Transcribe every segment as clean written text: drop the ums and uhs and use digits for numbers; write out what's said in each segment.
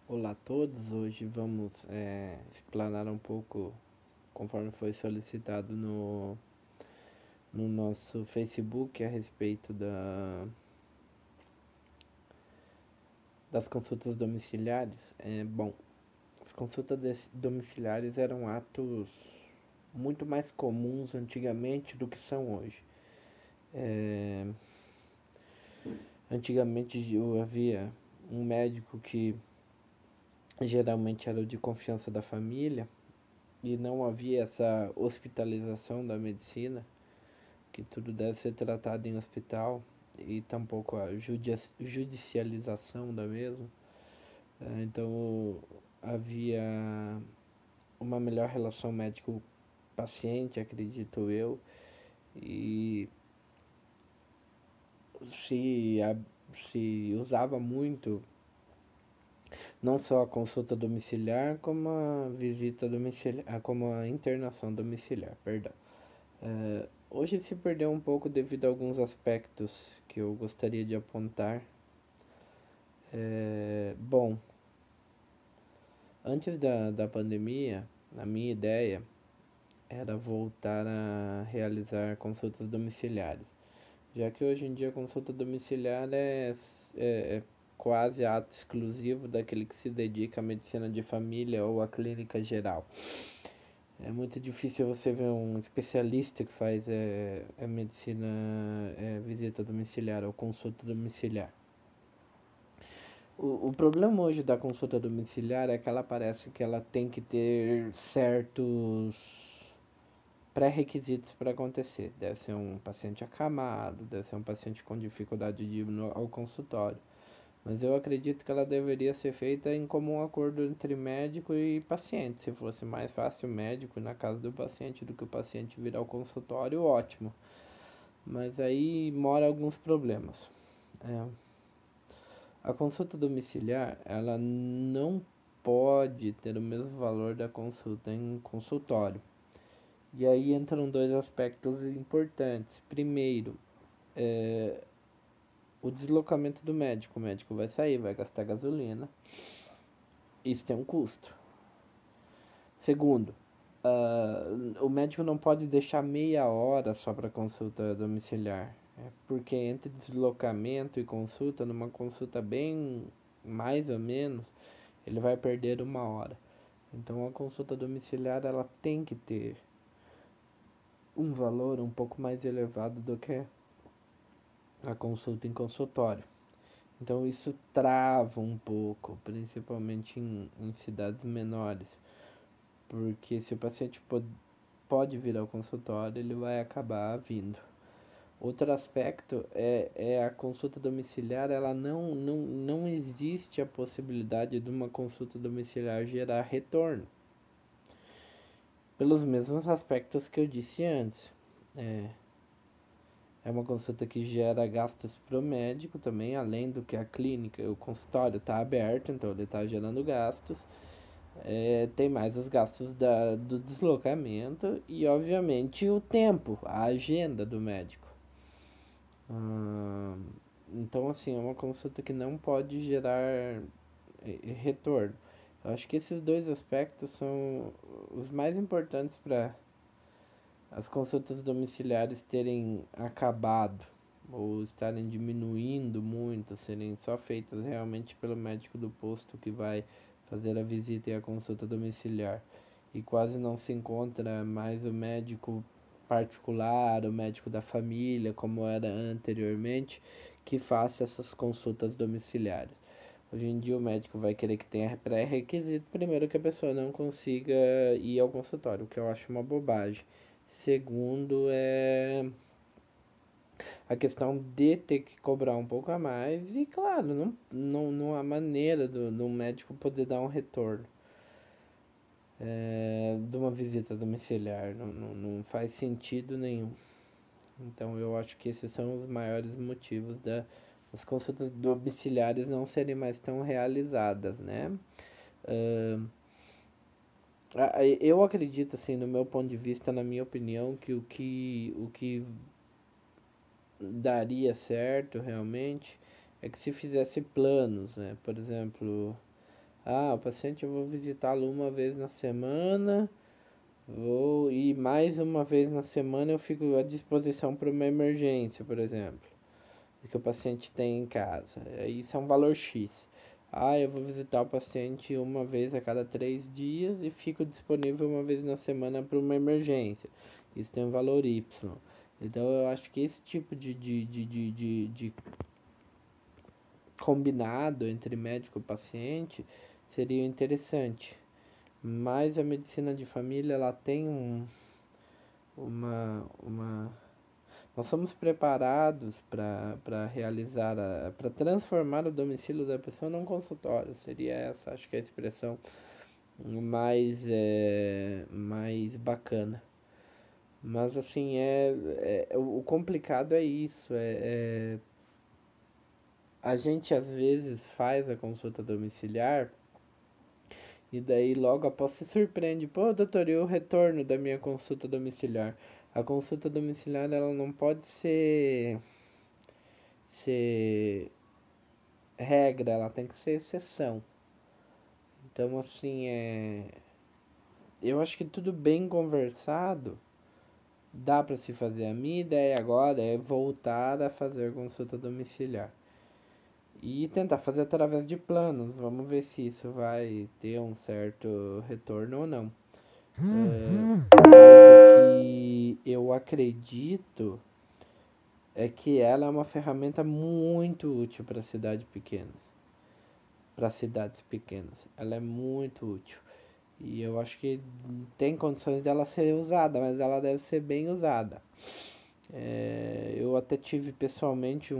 Olá a todos, hoje vamos explanar um pouco, conforme foi solicitado no nosso Facebook, a respeito das consultas domiciliares. Bom, as consultas domiciliares eram atos muito mais comuns antigamente do que são hoje. É, Antigamente havia um médico que geralmente era o de confiança da família e não havia essa hospitalização da medicina, que tudo deve ser tratado em hospital, e tampouco a judicialização da mesma. Então havia uma melhor relação médico-paciente, acredito eu, e se, a, se usava muito não só a consulta domiciliar, como a visita domiciliar, como a internação domiciliar, perdão. Hoje se perdeu um pouco devido a alguns aspectos que eu gostaria de apontar. Bom, antes da pandemia, a minha ideia era voltar a realizar consultas domiciliares, já que hoje em dia a consulta domiciliar é quase ato exclusivo daquele que se dedica à medicina de família ou à clínica geral. É muito difícil você ver um especialista que faz medicina, visita domiciliar ou consulta domiciliar. O problema hoje da consulta domiciliar é que ela parece que ela tem que ter certos pré-requisitos para acontecer. Deve ser um paciente acamado, deve ser um paciente com dificuldade de ir ao consultório. Mas eu acredito que ela deveria ser feita em comum acordo entre médico e paciente. Se fosse mais fácil o médico ir na casa do paciente do que o paciente vir ao consultório, ótimo. Mas aí mora alguns problemas. É, a consulta domiciliar, ela não pode ter o mesmo valor da consulta em consultório. E aí entram dois aspectos importantes. Primeiro, o deslocamento do médico. O médico vai sair, vai gastar gasolina. Isso tem um custo. Segundo, o médico não pode deixar meia hora só para consulta domiciliar. Porque entre deslocamento e consulta, numa consulta bem mais ou menos, ele vai perder uma hora. Então a consulta domiciliar ela tem que ter um valor um pouco mais elevado do que a consulta em consultório. Então isso trava um pouco, principalmente em cidades menores, porque se o paciente pode vir ao consultório, ele vai acabar vindo. Outro aspecto é a consulta domiciliar, ela não existe a possibilidade de uma consulta domiciliar gerar retorno, pelos mesmos aspectos que eu disse antes. É, é uma consulta que gera gastos para o médico também, além do que a clínica, o consultório está aberto, então ele está gerando gastos. Tem mais os gastos do deslocamento e, obviamente, o tempo, a agenda do médico. Hum, então, assim, é uma consulta que não pode gerar retorno. Eu acho que esses dois aspectos são os mais importantes para as consultas domiciliares terem acabado ou estarem diminuindo muito, serem só feitas realmente pelo médico do posto que vai fazer a visita e a consulta domiciliar. E quase não se encontra mais o médico particular, o médico da família, como era anteriormente, que faça essas consultas domiciliares. Hoje em dia o médico vai querer que tenha pré-requisito, primeiro que a pessoa não consiga ir ao consultório, o que eu acho uma bobagem. Segundo é a questão de ter que cobrar um pouco a mais e claro, não há maneira do médico poder dar um retorno de uma visita domiciliar, não faz sentido nenhum. Então eu acho que esses são os maiores motivos das consultas domiciliares não serem mais tão realizadas, né? Uh, eu acredito, assim, no meu ponto de vista, na minha opinião, que o que daria certo realmente é que se fizesse planos, né? Por exemplo, O paciente eu vou visitá-lo uma vez na semana, e mais uma vez na semana eu fico à disposição para uma emergência, por exemplo, que o paciente tem em casa. Isso é um valor X. Eu vou visitar o paciente uma vez a cada 3 dias e fico disponível uma vez na semana para uma emergência. Isso tem um valor Y. Então eu acho que esse tipo de combinado entre médico e paciente seria interessante. Mas a medicina de família ela tem uma nós somos preparados para realizar para transformar o domicílio da pessoa num consultório. Seria essa, acho que é a expressão mais bacana. Mas assim, o complicado é isso, a gente às vezes faz a consulta domiciliar e daí logo após se surpreende, pô, doutor, e o retorno da minha consulta domiciliar? A consulta domiciliar ela não pode ser regra, ela tem que ser exceção. Então assim, eu acho que tudo bem conversado dá para se fazer. A minha ideia agora é voltar a fazer consulta domiciliar e tentar fazer através de planos. Vamos ver se isso vai ter um certo retorno ou não. Mas o que eu acredito é que ela é uma ferramenta muito útil para cidades pequenas. Ela é muito útil. E eu acho que tem condições dela ser usada, mas ela deve ser bem usada. Eu até tive pessoalmente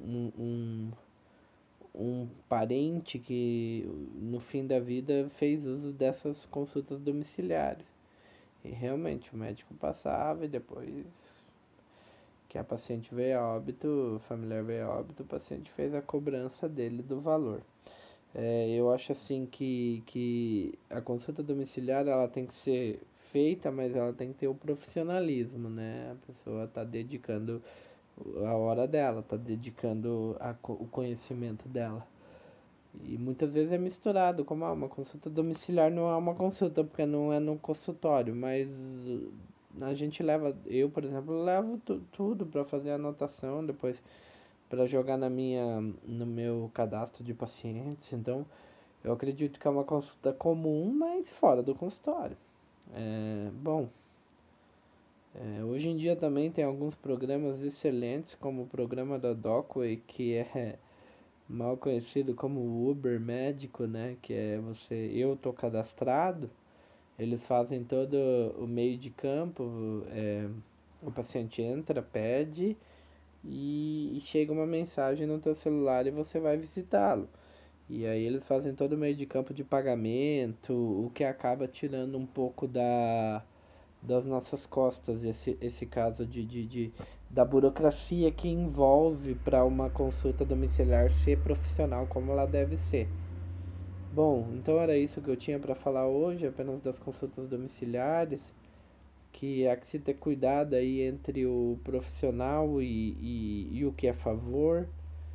um parente que no fim da vida fez uso dessas consultas domiciliares. E realmente o médico passava e depois que a paciente veio a óbito, o familiar veio a óbito, o paciente fez a cobrança dele do valor. Eu acho assim que a consulta domiciliar ela tem que ser feita, mas ela tem que ter o profissionalismo, né? A pessoa está dedicando a hora dela, está dedicando o conhecimento dela. E muitas vezes é misturado, como uma consulta domiciliar não é uma consulta, porque não é no consultório, mas a gente leva, eu por exemplo, levo tudo para fazer a anotação, depois para jogar no meu cadastro de pacientes. Então, eu acredito que é uma consulta comum, mas fora do consultório. Bom, hoje em dia também tem alguns programas excelentes, como o programa da Docway, que é mal conhecido como Uber médico, né? Que é eu tô cadastrado, eles fazem todo o meio de campo, o paciente entra, pede e chega uma mensagem no teu celular e você vai visitá-lo. E aí eles fazem todo o meio de campo de pagamento, o que acaba tirando um pouco das nossas costas esse caso da burocracia que envolve para uma consulta domiciliar ser profissional como ela deve ser. Bom, então era isso que eu tinha para falar hoje, apenas das consultas domiciliares, que há que se ter cuidado aí entre o profissional e o que é a favor.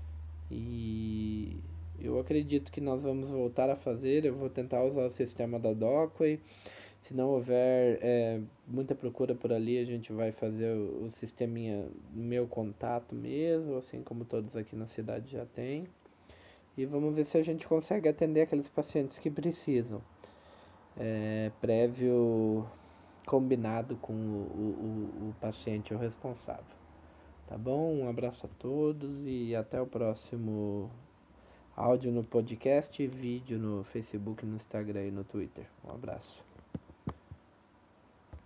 E eu acredito que nós vamos voltar a fazer. Eu vou tentar usar o sistema da Docway. Se não houver muita procura por ali, a gente vai fazer o sisteminha meu contato mesmo, assim como todos aqui na cidade já tem. E vamos ver se a gente consegue atender aqueles pacientes que precisam, prévio combinado com o paciente ou responsável. Tá bom? Um abraço a todos e até o próximo áudio no podcast e vídeo no Facebook, no Instagram e no Twitter. Um abraço.